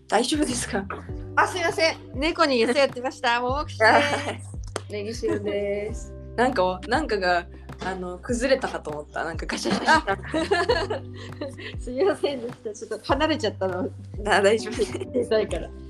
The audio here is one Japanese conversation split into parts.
大丈夫ですか？ あ、すいません。猫に餌やってました。ももくしです。 ネギシルです。なんかが崩れたかと思った。なんかガシャガシャ。 すいませんでした。ちょっと離れちゃったの。 大丈夫です。 小さいから。はい。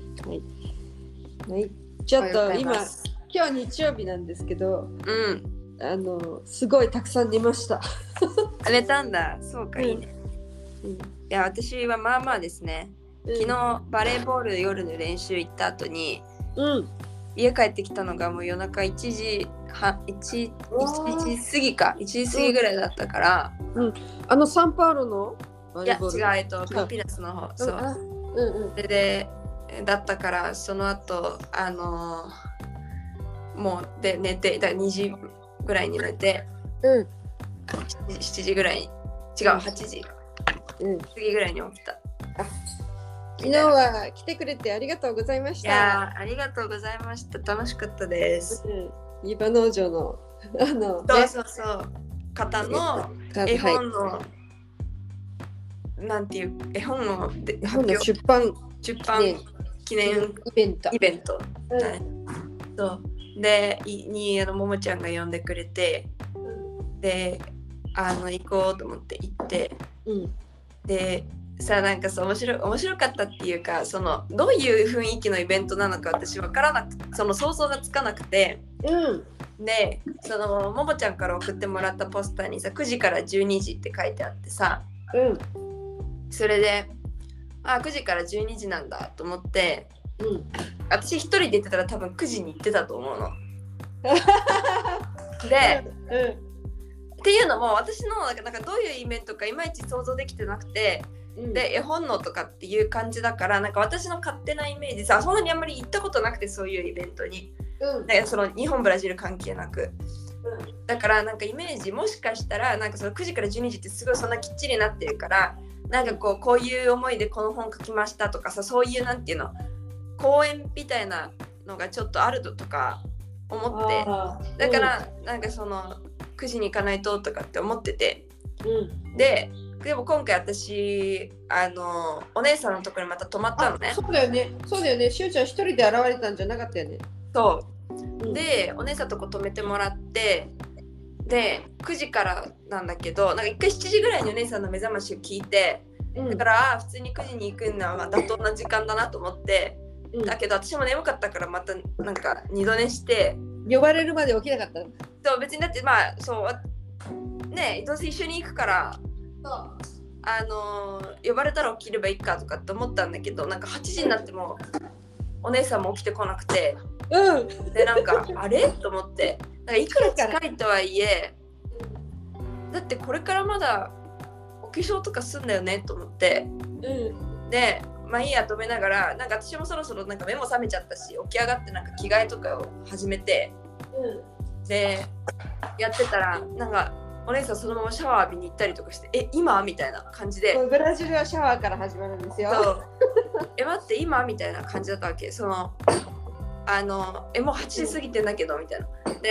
はい。ちょっと今日日曜日なんですけど、すごいたくさん寝ました。 寝たんだ。そうか、いいね。いや、私はまあまあですね。昨日バレーボール夜の練習行った後に、家帰ってきたのがもう夜中1時過ぎか1時過ぎぐらいだったから、 サンパウロのバレーボール、 いや違う、カンピナスの方、そう、でだったから、その後もうで寝て、だから2時ぐらいに寝て、7時ぐらいに違う、8時過ぎぐらいに起きた。 昨日は来てくれてありがとうございました。 いや、ありがとうございました。楽しかったです。 湯葉農場のそう方の絵本の、なんていう絵本の出版記念イベント、そうでにももちゃんが呼んでくれて、で行こうと思って行って、でさ、なんかさ、面白かったっていうか、そのどういう雰囲気のイベントなのか私分からなくて、その想像がつかなくて、でそのももちゃんから送ってもらったポスターにさ、9時から12時って書いてあってさ、それで9時から12時なんだと思って、私一人で行ってたら多分9時に行ってたと思うの。で、っていうのも私のなんかどういうイベントかいまいち想像できてなくて、で絵本のとかっていう感じだから、なんか私の勝手なイメージさ、そんなにあんまり行ったことなくて、そういうイベントに、その日本ブラジル関係なく、だからなんかイメージ、もしかしたらなんかその9時から12時ってすごいそんなきっちりなってるから、なんかこういう思いでこの本書きましたとかさ、そういうなんていうの、講演みたいなのがちょっとあるとか思って、だからなんかその9時に行かないととかって思ってて、でも今回私お姉さんのところにまた泊まったのね。 そうだよね。しゅうちゃん一人で現れたんじゃなかったよね。 そう、でお姉さんのとこ泊めてもらって、で9時からなんだけど、なんか一回7時ぐらいにお姉さんの目覚ましを聞いて、だから普通に9時に行くのは妥当な時間だなと思って、だけど私も眠かったからまたなんか二度寝して、 呼ばれるまで起きなかった。 そう、別にだってそうね、どうせ一緒に行くから、呼ばれたら起きればいいかとかって思ったんだけど、なんか8時になってもお姉さんも起きてこなくて、でなんかあれと思って、なんかいくら近いとはいえ、だってこれからまだお化粧とかすんだよねと思って、でまあいいやと思いながら、なんか私もそろそろなんか目も覚めちゃったし、起き上がってなんか着替えとかを始めて、でやってたら、なんかお姉さんそのままシャワー浴びに行ったりとかして、今みたいな感じで、 ブラジルはシャワーから始まるんですよ。 待って今みたいな感じだったわけ。そのもう8時過ぎてんだけどみたいな。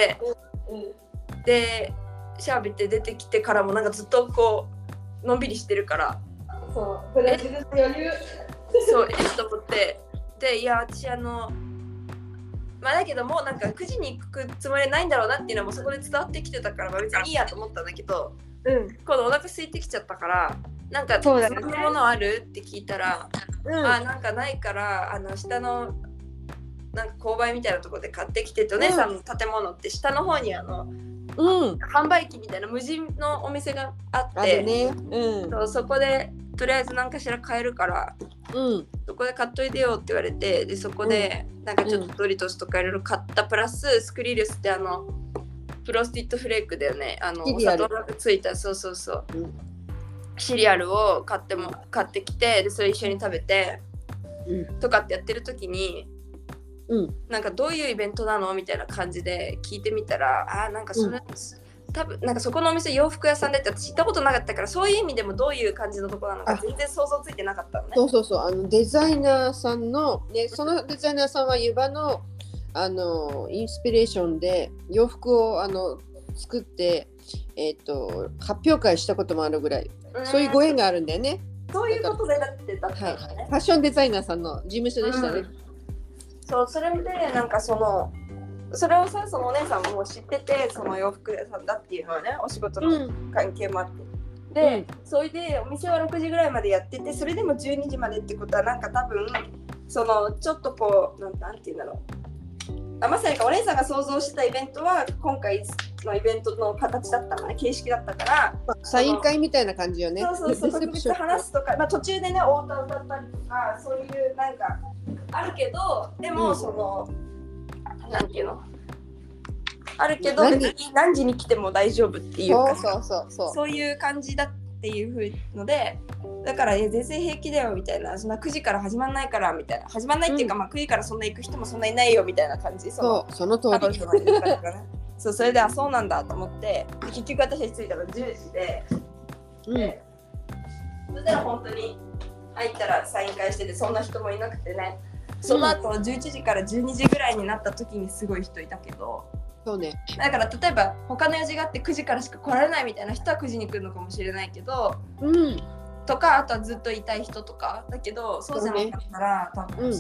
でシャワー浴びて出てきてからもなんかずっとこうのんびりしてるから、 そうブラジルの余裕そうと思って、でいや私まあだけどもうなんか9時に行くつもりないんだろうなっていうのもそこで伝わってきてたから、別にいいやと思ったんだけど、今度お腹空いてきちゃったから、なんかそういうものあるって聞いたら、なんかないから下のなんか購買みたいなところで買ってきてって、お姉さんの建物って下の方に販売機みたいな無人のお店があって、そこでとりあえず何かしら買えるから、そこで買っといてよって言われて、でそこでなんかちょっとドリトスとかいろいろ買った、プラススクリルスってフロスティッドフレークだよね、お砂糖がついた、そう、シリアルを買ってきて、でそれ一緒に食べて、とかってやってる時に、なんかどういうイベントなのみたいな感じで聞いてみたら、なんかそれ、多分なんかそこのお店洋服屋さんでって、私行ったことなかったから、そういう意味でもどういう感じのところなのか全然想像ついてなかったのね。 そうデザイナーさんの、そのデザイナーさんは湯葉のインスピレーションで洋服を作って発表会したこともあるぐらい、そういうご縁があるんだよね。 そういうことでだってだったんだね、 はい、ファッションデザイナーさんの事務所でしたね、 そう、それでなんかそれをさ、そのお姉さんも知ってて、その洋服屋さんだっていうのはね、お仕事の関係もあって、で、それでお店は6時ぐらいまでやってて、それでも12時までってことはなんか多分そのちょっとこうなんていうんだろう、まさにお姉さんが想像したイベントは今回のイベントの形だったのね、形式だったから、 サイン会みたいな感じよね。 そう特別話すとか、途中でねお歌歌ったりとかそういうなんかあるけど、でもその、なんていうのあるけど別に何時に来ても大丈夫っていうか、そういう感じだっていう風ので、だから全然平気だよみたいな、そんな9時から始まんないからみたいな、始まんないっていうか、9時からそんな行く人もそんないないよみたいな感じ。 その通り。 そう、それでそうなんだと思って、結局私たち着いたの10時で、そしたら本当に入ったらサイン会してて、そんな人もいなくてね、その後11時から12時ぐらいになった時にすごい人いたけど、 そうね、 だから例えば他の用事があって9時からしか来られないみたいな人は9時に来るのかもしれないけど、とか、あとはずっといたい人とかだけど、そうじゃなかったら多分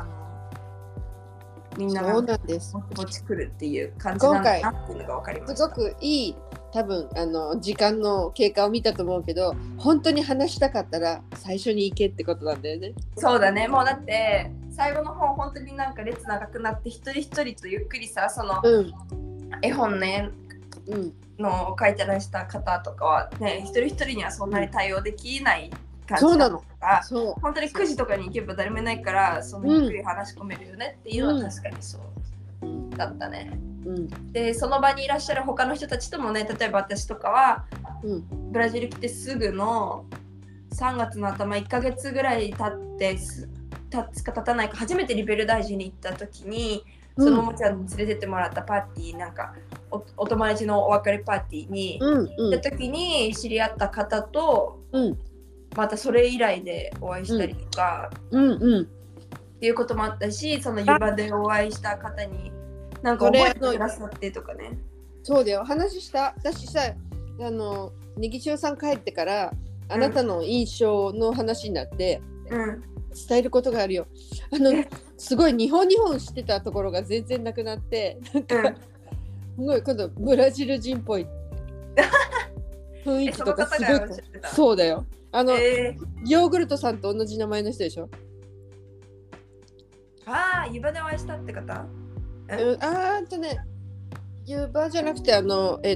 みんながぼち来るっていう感じなんだなっていうのが分かりました。 すごくいい多分時間の経過を見たと思うけど、本当に話したかったら最初に行けってことなんだよね。 そうだね、もうだって最後の方本当になんか列長くなって一人一人とゆっくりさ、その、絵本ね、の書いてらした方とかはね、一人一人にはそんなに対応できない感じだったから、本当に9時とかに行けば誰もいないから、そのゆっくり話し込めるよねっていうのは確かにそうだったね。でその場にいらっしゃる他の人たちともね、例えば私とかは、ブラジル来てすぐの3月の頭1ヶ月ぐらい経って経つか経たないか初めてリベル大寺に行った時に、そのもちゃんに連れてってもらったパーティー、なんか お友達のお別れパーティーに行った時に知り合った方と、またそれ以来でお会いしたりとか、っていうこともあったし、その湯葉でお会いした方になんか覚えてくださってとかね。 そうだよ、話した私さ、ネギ塩さん帰ってからあなたの印象の話になって、伝えることがあるよ。すごい日本してたところが全然なくなって、なんか、すごい今度ブラジル人っぽい雰囲気とかすごい。そうだよ、ヨーグルトさんと同じ名前の人でしょ。 湯葉でお会いしたって方？ 湯葉じゃなくてダイ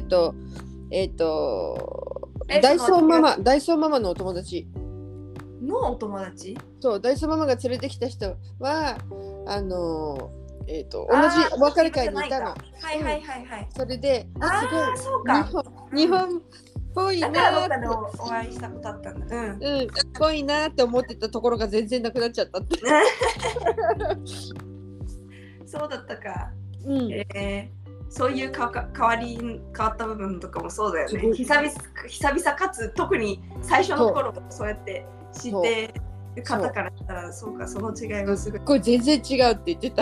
ソーママのお友達のお友達？ そう、ダイソーママが連れてきた人は同じお別れ会にいたの。それで、 そうか、 日本っぽいなってお会いしたことあったんだ。 っぽいなって思ってたところが全然なくなっちゃったって。 そうだったか。そういう変わった部分とかもそうだよね。久々かつ特に最初の頃そうやって知ってる方からしたら、そうか、その違いがすごい。 これ全然違うって言ってた。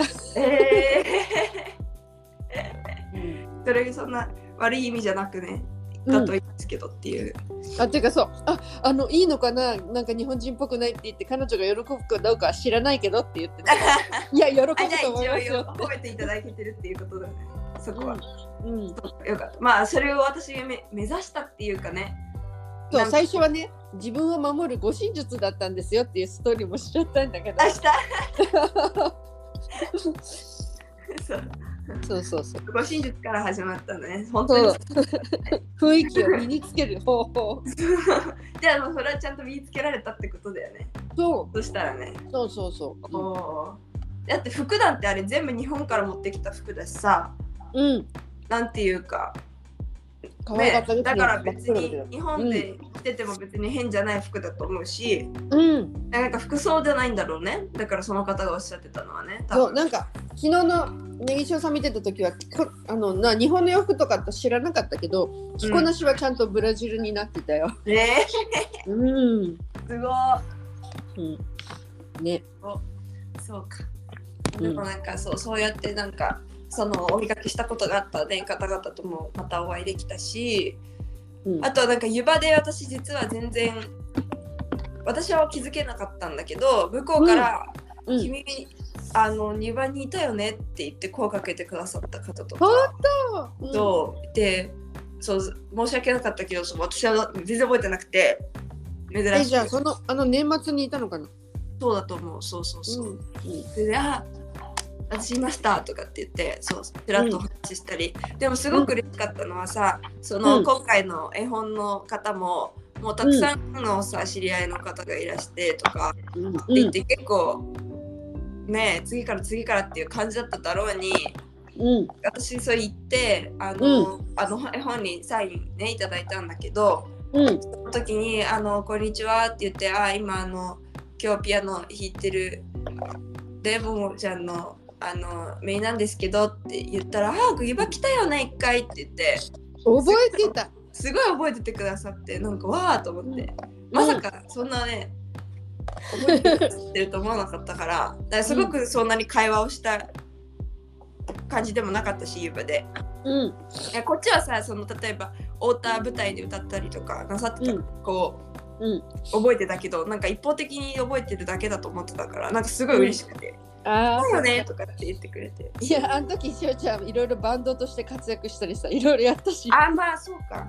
それそんな悪い意味じゃなくね、かと言いますけどっていう。 ていうかそう、いいのかな、なんか日本人っぽくないって言って彼女が喜ぶかどうかは知らないけどって言ってた。いや、喜ぶと思いますよ。 褒めていただけてるっていうことだね。そこは。よかった。まあそれを私が目指したっていうかね。 そう、最初はね、自分を守る護身術だったんですよっていうストーリーもしちゃったんだけど。そう護身術から始まったね。本当に雰囲気を身につける方法。 じゃあそれはちゃんと身につけられたってことだよね。そしたらね。だって服なんてあれ全部日本から持ってきた服だしさ、なんていうか、だから別に日本で着てても別に変じゃない服だと思うし、なんか服装じゃないんだろうね。だからその方がおっしゃってたのはね。 そう、なんか昨日のネギ塩さん見てた時は日本の洋服とか知らなかったけど、着こなしはちゃんとブラジルになってたよ。 すごい。 ね。 そうか。でもなんかそうやってなんかそのお見かけしたことがあったね方々ともまたお会いできたし、あとはなんか湯葉で私実は全然私は気づけなかったんだけど、向こうから君、2番にいたよねって言って声かけてくださった方とかで、そう申し訳なかったけど、私は全然覚えてなくて、珍しい。 じゃあ年末にいたのかな。 そうだと思う。そう、で、私いましたとかって言って、ちらっとお話ししたり、でもすごく嬉しかったのはさ、今回の絵本の方ももうたくさんのさ、知り合いの方がいらしてとかって言って、結構ね、次からっていう感じだっただろうに、私そう言って絵本にサインねいただいたんだけど、その時にこんにちはって言って、今今日ピアノ弾いてるでももちゃんのメイなんですけどって言ったら、冬場来たよね一回って言って、 覚えてた。 すごい覚えててくださって、なんかわーと思って、まさかそんなね覚えてると思わなかったから、だからすごくそんなに会話をした感じでもなかったし、湯葉で、こっちはさ、例えば太田舞台で歌ったりとかなさってた覚えてたけど、なんか一方的に覚えてるだけだと思ってたから、なんかすごい嬉しくて、だよねとかって言ってくれて。 いや、あの時しおちゃんいろいろバンドとして活躍したりさ、いろいろやったし。 まあそうか。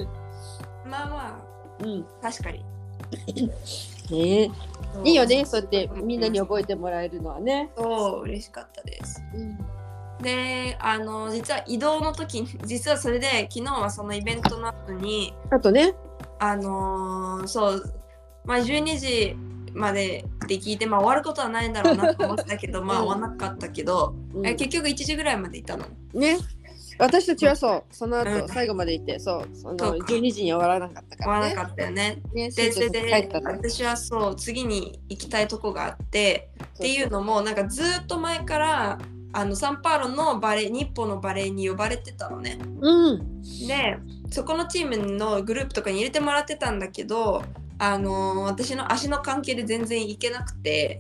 確かに。 いいよね、そうやってみんなに覚えてもらえるのはね。 そう嬉しかったです。で、実は移動の時に、実はそれで昨日はそのイベントの後に、 あとね、 12時までって聞いて、終わることはないんだろうなと思ってたけど、終わらなかったけど、結局1時ぐらいまでいたのね。 私たちはその後最後までいて、12時に終わらなかったからね。 終わらなかったよね。で、私は次に行きたいとこがあって、っていうのもなんかずっと前からサンパウロの日本のバレエに呼ばれてたのね。で、そこのチームのグループとかに入れてもらってたんだけど、私の足の関係で全然行けなくて、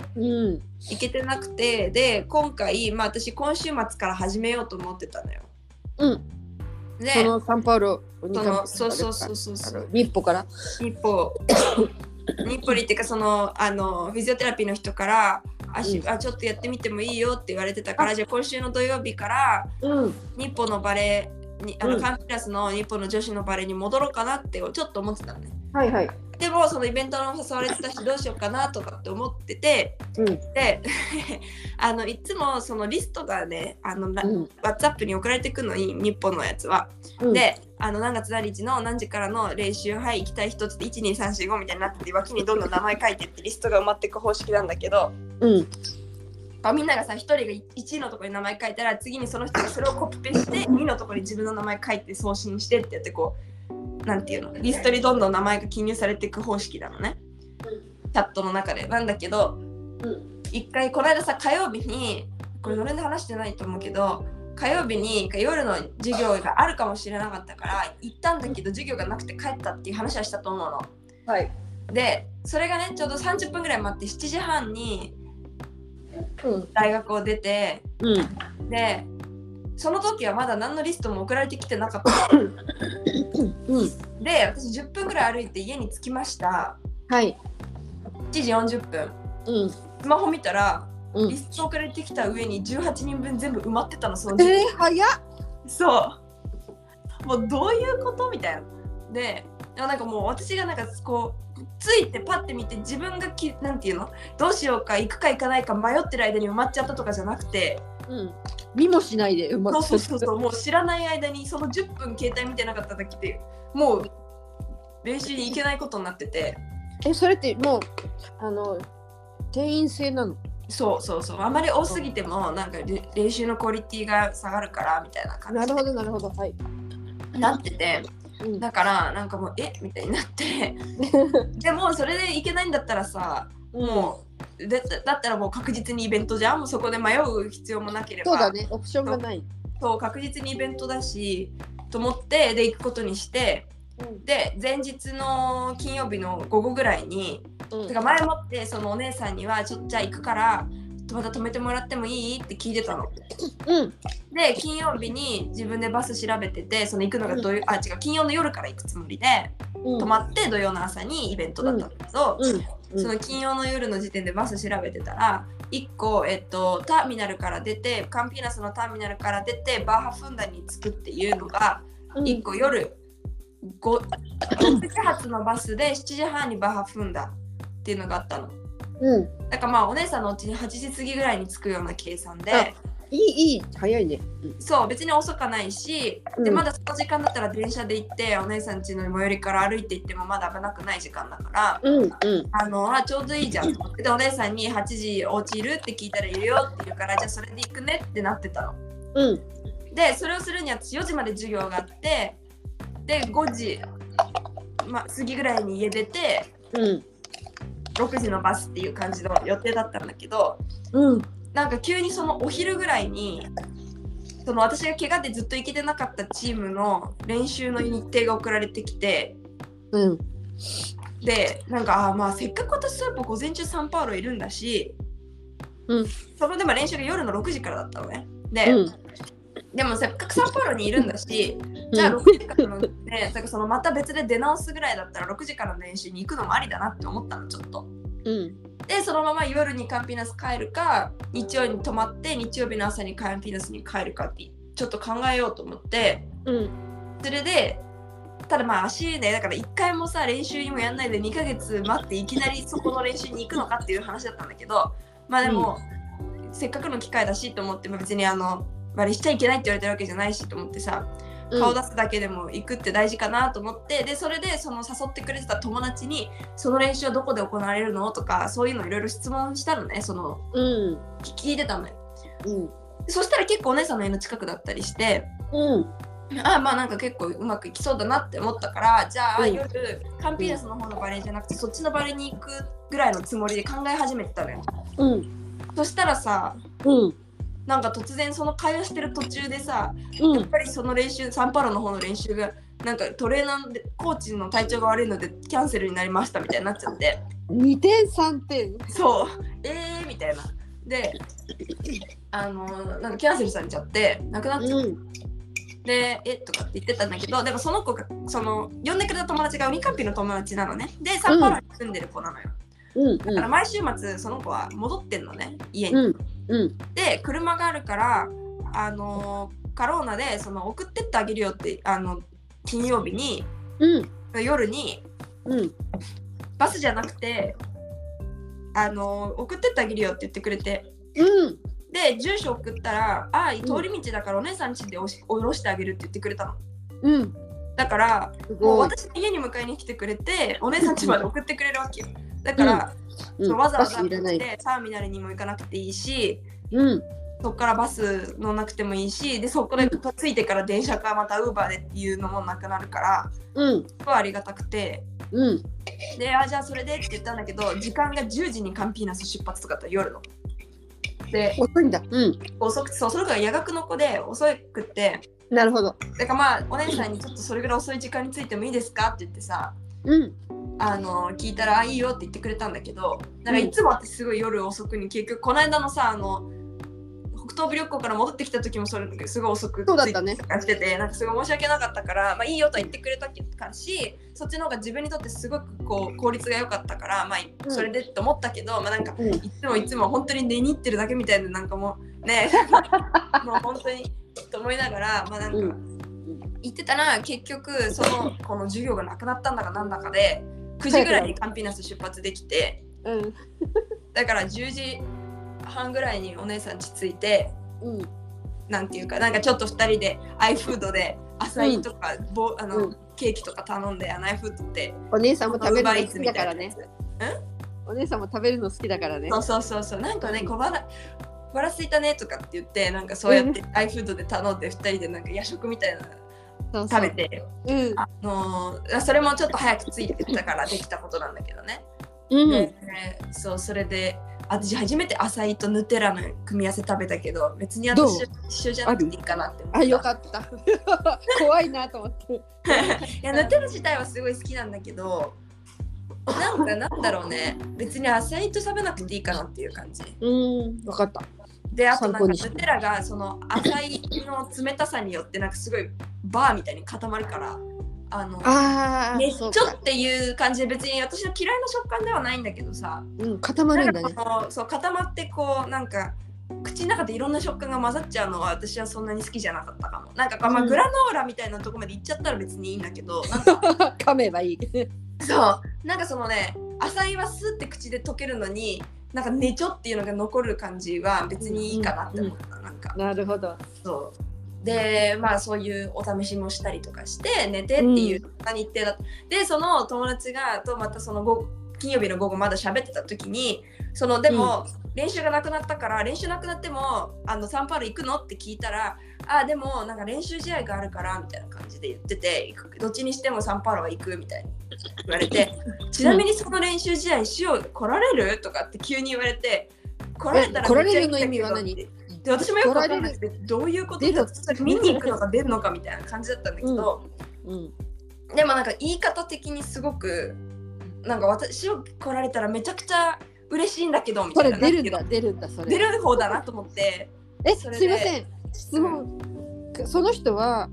で今回、私今週末から始めようと思ってたのよ。 で、そのサンパウロ日本から日本にっていうか、フィジオテラピーの人からちょっとやってみてもいいよって言われてたから、じゃあ今週の土曜日から日本のバレエにカンフィラスの日本の女子のバレエに戻ろうかなってちょっと思ってたのね。でもそのイベントの誘われてたし、どうしようかなとかって思ってて、でいつもそのリストがねWhatsApp に送られてくるのに、日本のやつは、で何月何日の何時からの練習、行きたい人って12345みたいになってて、脇にどんどん名前書いてってリストが埋まっていく方式なんだけど、みんながさ、1人が1のところに名前書いたら、次にその人がそれをコピペして2のところに自分の名前書いて送信してってやって、なんていうの、リストにどんどん名前が記入されていく方式なのね、チャットの中で。なんだけど、一回この間さ、火曜日に、これどれで話してないと思うけど、火曜日に夜の授業があるかもしれなかったから行ったんだけど、授業がなくて帰ったっていう話はしたと思うの。で、それがね、ちょうど30分ぐらい待って7時半に大学を出て、でその時はまだ何のリストも送られてきてなかったで、私10分ぐらい歩いて家に着きました。7時40分、スマホ見たら、リスト送られてきた上に18人分全部埋まってたの、その時。 早っ。 そうもうどういうことみたいな。で、なんかもう私がなんかついてパッて見て、自分がなんていうの、どうしようか行くか行かないか迷ってる間に埋まっちゃったとかじゃなくて、 見もしないで埋まっちゃった。 そうもう知らない間にその10分携帯見てなかっただけでもう練習に行けないことになってて。 それってもう定員制なの？ そうあまり多すぎてもなんか練習のクオリティが下がるからみたいな感じで。 なるほど、 なってて、だからなんかもうみたいになってでもそれでいけないんだったらさ、もうだったらもう確実にイベントじゃん。もうそこで迷う必要もなければ。 そうだね、オプションがない。 そう、確実にイベントだしと思ってで行くことにして、で前日の金曜日の午後ぐらいに、てか前もってそのお姉さんにはじゃあ行くからまた止めてもらってもいいって聞いてたの。で金曜日に自分でバス調べてて、その行くのが金曜の夜から行くつもりで、泊まって土曜の朝にイベントだったんだけど、 その金曜の夜の時点でバス調べてたら1個、ターミナルから出てカンピーナスのターミナルから出てバーハフンダに着くっていうのが1個夜6時発のバスで7時半にバーハフンダっていうのがあったの。だからまあお姉さんのうちに8時過ぎぐらいに着くような計算で、 いい早いね、 そう別に遅かないし、でまだその時間だったら電車で行ってお姉さん家の最寄りから歩いて行ってもまだ危なくない時間だから、ちょうどいいじゃんと思って、でお姉さんに8時お家いるって聞いたらいるよって言うから、じゃあそれで行くねってなってたの。でそれをするには私4時まで授業があって、で5時、過ぎぐらいに家出て、6時のバスっていう感じの予定だったんだけど、なんか急にそのお昼ぐらいにその私が怪我でずっと行けてなかったチームの練習の日程が送られてきて、でなんかまあせっかく私は午前中サンパウロいるんだし、そのでも練習が夜の6時からだったのね。で、でもせっかくサンパウロにいるんだし、じゃあ6時からのね、だからそのまた別で出直すぐらいだったら6時からの練習に行くのもありだなって思ったのちょっと。でそのまま夜にカンピーナス帰るか、日曜に泊まって日曜日の朝にカンピーナスに帰るかってちょっと考えようと思って、それでただまあ足ね、だから1回もさ練習にもやんないで2ヶ月待っていきなりそこの練習に行くのかっていう話だったんだけど、まあでも、せっかくの機会だしと思って、別にバレしちゃいけないって言われてるわけじゃないしと思ってさ、顔出すだけでも行くって大事かなと思って、でそれでその誘ってくれてた友達にその練習はどこで行われるのとかそういうのいろいろ質問したのね。その、聞いてたのよ。そしたら結構お姉さんの家の近くだったりして、まあなんか結構うまくいきそうだなって思ったから、じゃあ夜カンピーナスの方のバレーじゃなくてそっちのバレーに行くぐらいのつもりで考え始めてたのよ。そしたらさ、なんか突然その会話してる途中でさ、やっぱりその練習、サンパウロの方の練習がなんかトレーナーでコーチの体調が悪いのでキャンセルになりましたみたいになっちゃって、 2点3点、 そうみたいなで、なんかキャンセルされちゃってなくなっちゃって、でとかって言ってたんだけど、でもその子がその呼んでくれた友達がウニカンピの友達なのね。でサンパウロに住んでる子なのよ。だから毎週末その子は戻ってんのね、家に。で車があるからカローナでその送ってってあげるよって金曜日に、夜に、バスじゃなくて送ってってあげるよって言ってくれて、で住所送ったら通り道だからお姉さん家で降ろしてあげるって言ってくれたの。だからもう私の家に迎えに来てくれてお姉さん家まで送ってくれるわけよ。だから、わざわざってターミナルにも行かなくていいし、そこからバス乗らなくてもいいし、でそこで着いてから電車かまたウーバーでっていうのもなくなるから、すごいありがたくて、でじゃあそれでって言ったんだけど、時間が10時にカンピーナス出発とかだったら夜の。で遅いんだ。 遅くて、それが夜学の子で遅くて、 なるほど。 だからまあお姉さんにちょっとそれぐらい遅い時間に着いてもいいですかって言ってさ、聞いたらいいよって言ってくれたんだけど、なんかいつも私すごい夜遅くに、結局この間のさ北東部旅行から戻ってきた時もそれすごい遅くそうだったねしてて、なんかすごい申し訳なかったから、いいよとは言ってくれたし、そっちの方が自分にとってすごくこう効率が良かったから、それでって思ったけど、なんかいつも本当に寝に行ってるだけみたいな、なんかもうねもう本当にと思いながら、なんか言ってたら、結局この授業がなくなったんだかなんだかで9時ぐらいにカンピーナス出発できて、だから10時半ぐらいにお姉さん家着いて、なんていうか、なんかちょっと2人でアイフードでアサイとか、ケーキとか頼んで、アイフードってお姉さんも食べるの好きだからね。お姉さんも食べるの好きだからね。 そうなんかね、小腹すいたねとかって言って、なんかそうやってアイフードで頼んで2人でなんか夜食みたいな食べて、それもちょっと早く着いてたからできたことなんだけどね。それで私初めてアサイとヌテラの組み合わせ食べたけど、別に私一緒じゃなくていいかなって思った。 よかった怖いなと思っていやヌテラ自体はすごい好きなんだけど、なんだろうね、別にアサイと食べなくていいかなっていう感じ。 分かった。 であとなんかヌテラがそのアサイの冷たさによってなんかすごいバーみたいに固まるから、 あねっちょっていう感じで別に私の嫌いな食感ではないんだけどさ、 固まるんだね。 そう固まってこうなんか口の中でいろんな食感が混ざっちゃうのは私はそんなに好きじゃなかったかも。なんか、まあ、グラノーラみたいなとこまで行っちゃったら別にいいんだけど、なんか噛めばいい。 そうなんかそのね、浅いはスって口で溶けるのになんかねちょっていうのが残る感じは別にいいかなって思った、なんか。 なるほど。 そうでまあそういうお試しもしたりとかして寝てっていう日程だった、でその友達がとまたその金曜日の午後まだ喋ってた時にでも、練習がなくなったから練習なくなってもサンパウロ行くのって聞いたら、でもなんか練習試合があるからみたいな感じで言ってて、どっちにしてもサンパウロは行くみたいに言われてちなみにその練習試合しよう来られるとかって急に言われて、来られたら来られるの意味は何で私もよく分かんなくてどういうことだ見に行くのか出るのかみたいな感じだったんだけど、でもなんか言い方的にすごくなんか私を来られたらめちゃくちゃ嬉しいんだけどみたいな。 それ出るんだそれ。 出る方だなと思って。 すいません質問、その人は、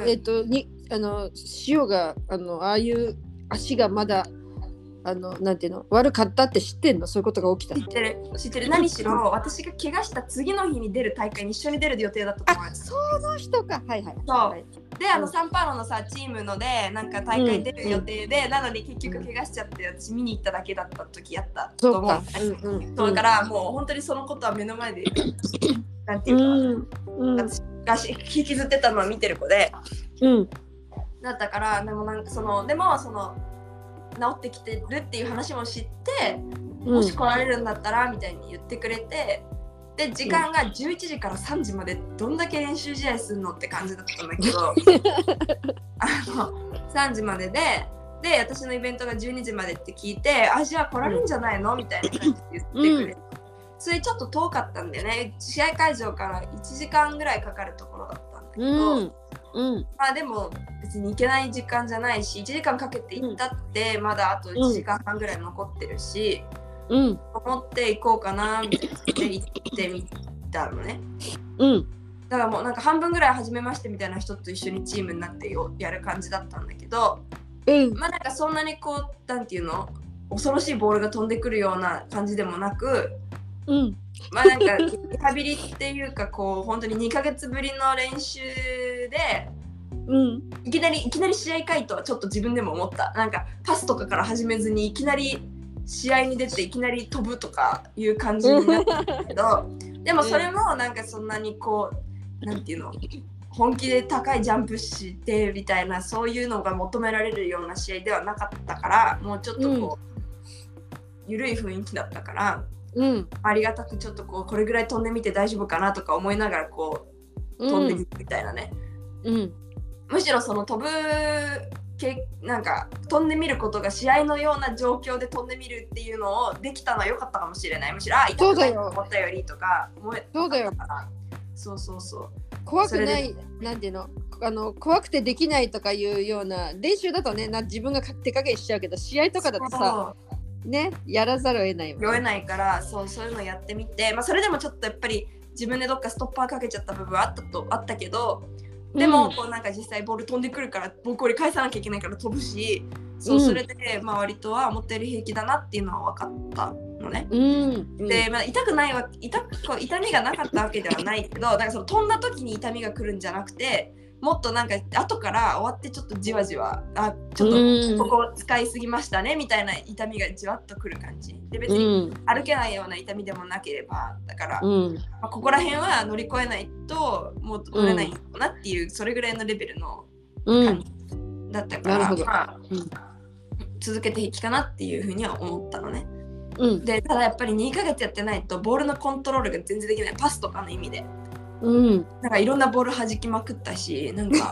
塩がああいう足がまだなんていうの悪かったって知ってんの？そういうことが起きた。 知ってる。何しろ私が怪我した次の日に出る大会に一緒に出る予定だったと思う。 その人か。はいはい。 そう、はい、でサンパウロのさチームのでなんか大会出る予定で、なのに結局怪我しちゃって私見に行っただけだった時やったと思う。そうだからもう本当にそのことは目の前でなんていうか、私が引きずってたのは見てる子で、だったからでもなんかでも治ってきてるっていう話も知って、もし来られるんだったらみたいに言ってくれて、で時間が11時から3時までどんだけ練習試合するのって感じだったんだけど3時までで私のイベントが12時までって聞いて、じゃあ来られるんじゃないのみたいな感じで言ってくれて、それちょっと遠かったんでね、試合会場から1時間ぐらいかかるところだったんだけど、まあでも別に行けない時間じゃないし、1時間かけて行ったってまだあと1時間半ぐらい残ってるし、思って行こうかなみたいなで行ってみたのね。だからもうなんか半分ぐらい初めましてみたいな人と一緒にチームになってやる感じだったんだけど、まあなんかそんなにこうなんていうの恐ろしいボールが飛んでくるような感じでもなく、まあなんかリハビリっていうかこう本当に2ヶ月ぶりの練習で、いきなり試合かいとはちょっと自分でも思った。なんかパスとかから始めずにいきなり試合に出ていきなり飛ぶとかいう感じになったんだけどでもそれもなんかそんなにこうなんていうの本気で高いジャンプしてみたいなそういうのが求められるような試合ではなかったから、もうちょっとこう、緩い雰囲気だったから、ありがたくちょっとこれぐらい飛んでみて大丈夫かなとか思いながらこう飛んでみるみたいなね、むしろその飛ぶなんか飛んでみることが試合のような状況で飛んでみるっていうのをできたのは良かったかもしれない。むしろ痛くないと思ったよりとか思えたから。そう怖くないなんていうの怖くてできないとかいうような練習だとね自分が手加減しちゃうけど、試合とかだとさねやらざるを得ないよね。 得ないからそういうのやってみて、それでもちょっとやっぱり自分でどっかストッパーかけちゃった部分はあったけど、でもこうなんか実際ボール飛んでくるからボール返さなきゃいけないから飛ぶし、それで割とは思ったより平気だなっていうのは分かったのね。で、痛くない痛みがなかったわけではないけど、だから飛んだ時に痛みが来るんじゃなくて、もっとなんか後から終わってちょっとじわじわちょっとここ使いすぎましたねみたいな痛みがじわっとくる感じで、別に歩けないような痛みでもなければだから、ここら辺は乗り越えないともう乗れないなっていう、それぐらいのレベルの感じだったから、続けていきかなっていうふうには思ったのね。でただやっぱり2ヶ月やってないとボールのコントロールが全然できない、パスとかの意味で。なんかいろんなボール弾きまくったし、なんか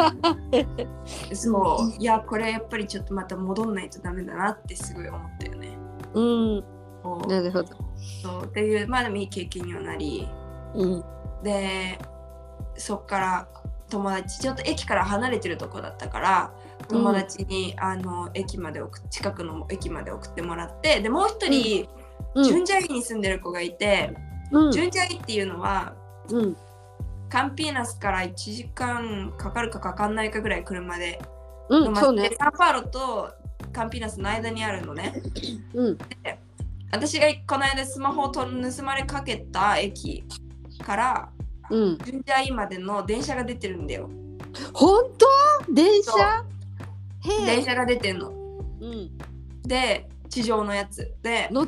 いやこれやっぱりちょっとまた戻んないとダメだなってすごい思ったよね。なるほど。そうっていうでもいい経験にはなり、でそっから友達ちょっと駅から離れてるとこだったから友達に、近くの駅まで送ってもらって、でもう一人、ジュンジャイに住んでる子がいて、ジュンジャイっていうのはカンピーナスから1時間かかるかかかんないかぐらい車での街で、 サンパウロとカンピナスの間にあるのね。で私がこの間スマホを盗まれかけた駅から、ジュンジャイまでの電車が出てるんだよ。 本当？電車？ 電車が出てんの。で、地上のやつで乗った？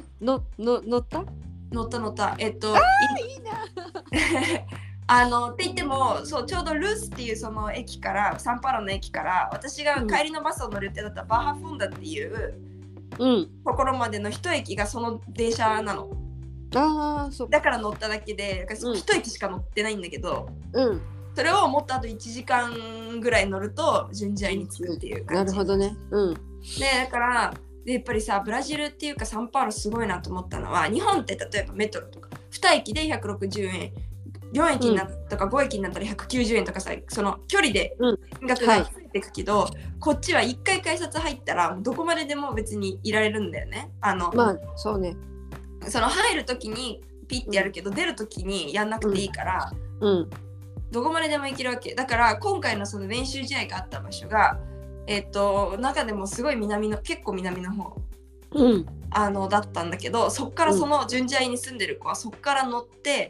乗った。 いいな。 って言ってもそうちょうどルースっていうその駅からサンパウロの駅から私が帰りのバスを乗る予定だったバハフォンダっていうところまでの一駅がその電車なの。 そうだから乗っただけで一駅しか乗ってないんだけど、それをもっとあと1時間ぐらい乗るとジュンジャイに着くっていう感じ。 なるほどね。 でだからやっぱりさブラジルっていうかサンパウロすごいなと思ったのは日本って例えばメトロとか2駅で160円4駅になったとか5駅になったら190円とかさその距離で金額が増えていくけど、こっちは1回改札入ったらどこまででも別にいられるんだよね。 そうね。 その入るときにピッてやるけど、出るときにやんなくていいから、どこまででも行けるわけだから、今回のその練習試合があった場所が中でもすごい結構南の方、だったんだけど、そっからそのジュンジャイに住んでる子はそっから乗って、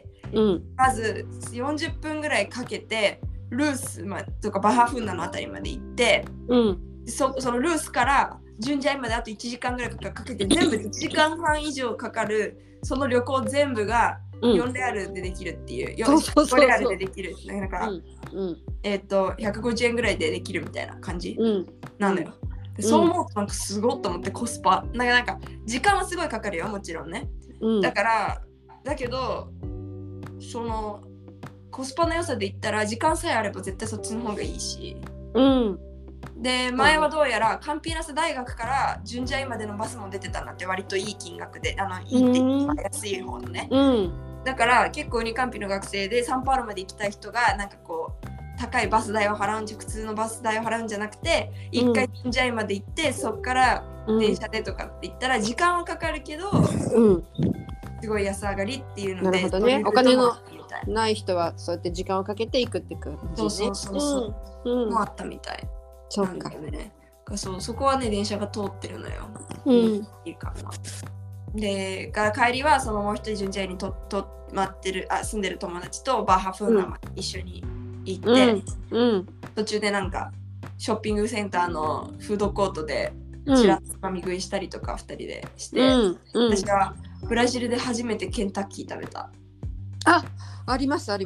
まず40分ぐらいかけてルースとかバハフンナのあたりまで行って、そのルースからジュンジャイまであと1時間ぐらいかけて全部1時間半以上かかるその旅行全部が4レアルでできるっていう、4レアルでできるだから、150円ぐらいでできるみたいな感じなのよ。でそう思うとなんかすごいと思って、コスパなんか時間はすごいかかるよもちろんね、だけどそのコスパの良さで言ったら時間さえあれば絶対そっちの方がいいし、で前はどうやらカンピナス大学からジュンジャイまでのバスも出てたんだって、割といい金額でいいって安い方のね、だから結構ウニカンピの学生でサンパウロまで行きたい人がなんかこう高いバス代を払うんじゃ普通のバス代を払うんじゃなくて一回ジュンジャイまで行ってそっから電車でとかって言ったら時間はかかるけど、すごい安上がりっていうので、 なるほどね、お金のない人はそうやって時間をかけていくって感じね。 そうもあったみたい。 そうかね。そこはね電車が通ってるのよ。いいかな。で帰りはそのもう一人ジュンジャイに住んでる友達とバーハフンナまで一緒に行って、途中でなんかショッピングセンターのフードコートでちらっとつまみ食いしたりとか2人でして、私はブラジルで初めてケンタッキー食べた。 ありますはい。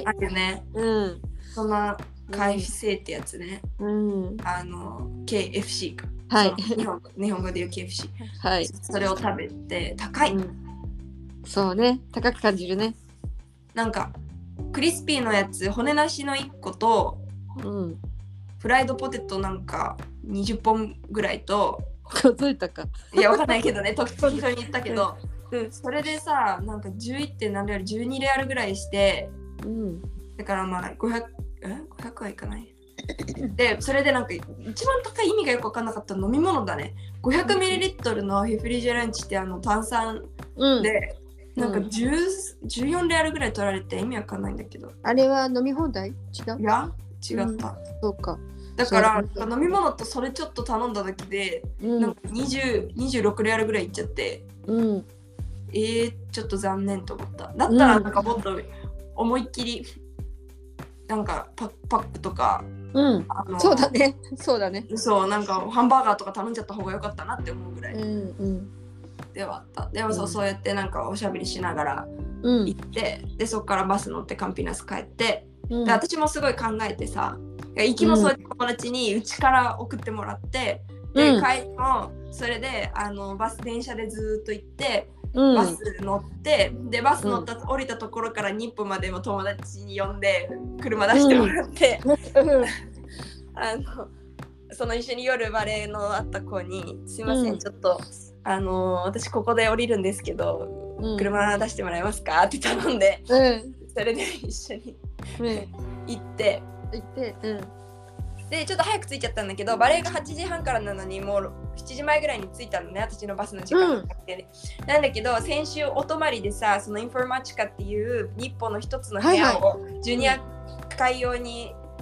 あるね。そんなKFCってやつね。KFC か。日本語で言う KFC。それを食べて高い。 そうね、高く感じるね。 なんかクリスピーのやつ骨なしの1個と、フライドポテトなんか20本ぐらいと、 数えたか。 いやわかんないけどね、適当に言ったけど、それでさなんか11.何レアル12レアルぐらいして、だからまあ500はいかない。でそれでなんか一番高い意味がよく分かんなかった飲み物だね。500ml のヘフリジェランチって炭酸で、なんか14レアルぐらい取られて意味わかんないんだけど。あれは飲み放題？違う？ いや違った。 そうか。 だから飲み物とそれちょっと頼んだだけで、なんか26レアルぐらいいっちゃって、ちょっと残念と思った。だったらなんかもっと思いっきりなんかパックとか、 そうだね。 そうなんかハンバーガーとか頼んじゃった方が良かったなって思うぐらいではあった。でもそうやってなんかおしゃべりしながら行って、でそこからバス乗ってカンピナス帰って、で私もすごい考えてさ、行きもそうやって友達にうちから送ってもらって、で帰りもそれで電車でずっと行って。バス乗って、でバス乗った降りたところから日本までも友達に呼んで車出してもらって、その一緒に夜バレーのあった子にすいません、ちょっと私ここで降りるんですけど、車出してもらえますかって頼んで、それで一緒に行って、でちょっと早く着いちゃったんだけど、バレーが8時半からなのにもう7時前ぐらいに着いたのね、私のバスの時間なんだけど、先週お泊まりでさ、そのインフォルマチカっていう日本の一つの部屋をジュニア会用に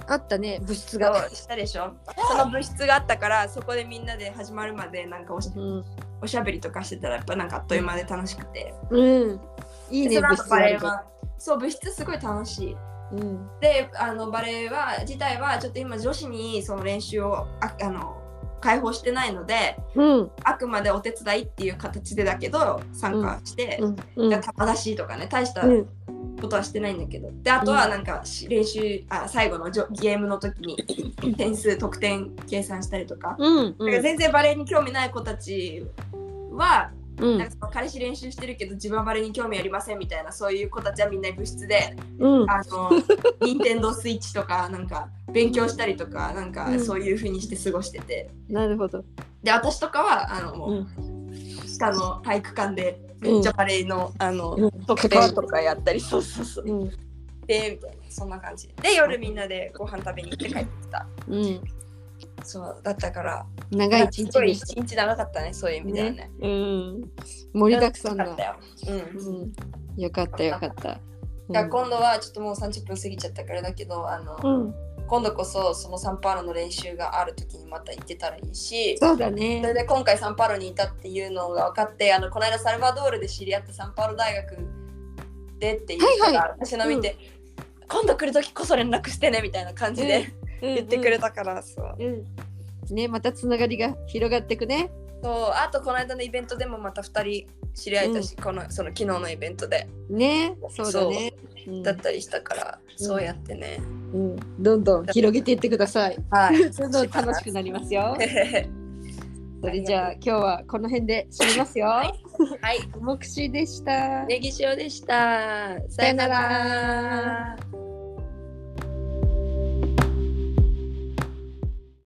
あったね、部室が。 そうしたでしょ。その部室があったから、そこでみんなで始まるまでなんかおしゃべりとかしてたらやっぱなんかあっという間で楽しくて。 いいね、 部室バレエは。そう、部室すごい楽しい。で、バレエは自体はちょっと今女子にその練習を開放してないので、あくまでお手伝いっていう形でだけど参加して、玉出しとかね、大したことはしてないんだけど、であとはなんか練習最後のゲームの時に得点計算したりとか、だから全然バレエに興味ない子たちはなんか彼氏練習してるけど自分はバレーに興味ありませんみたいな、そういう子たちはみんな部室で、任天堂スイッチとかなんか勉強したりとか、なんかそういう風にして過ごしてて、 なるほど。 で私とかはもう下の体育館でめっちゃバレーの得点とかやったり、そうでみたいな、そんな感じで夜みんなでご飯食べに行って帰ってきた。そうだったから長い一日でした。 一日長かったね、そういう意味ではね。 盛りだくさんだ。 よかったよかった。 今度はちょっともう30分過ぎちゃったからだけど、今度こそそのサンパウロの練習がある時にまた行けたらいいし、 そうだね。 それで今回サンパウロにいたっていうのが分かって、この間サルバドールで知り合ったサンパウロ大学でっていう人が私の見て、今度来る時こそ連絡してねみたいな感じで言ってくれたから、そうね、またつながりが広がっていくね。 そう、あとこの間のイベントでもまた2人知り合えたし、その昨日のイベントでね、そうだね、 だったりしたから、そうやってね、 どんどん広げていってください。どんどん楽しくなりますよ。それじゃあ今日はこの辺で締めますよ。はい、目視でした。 ネギ塩でした。さよなら。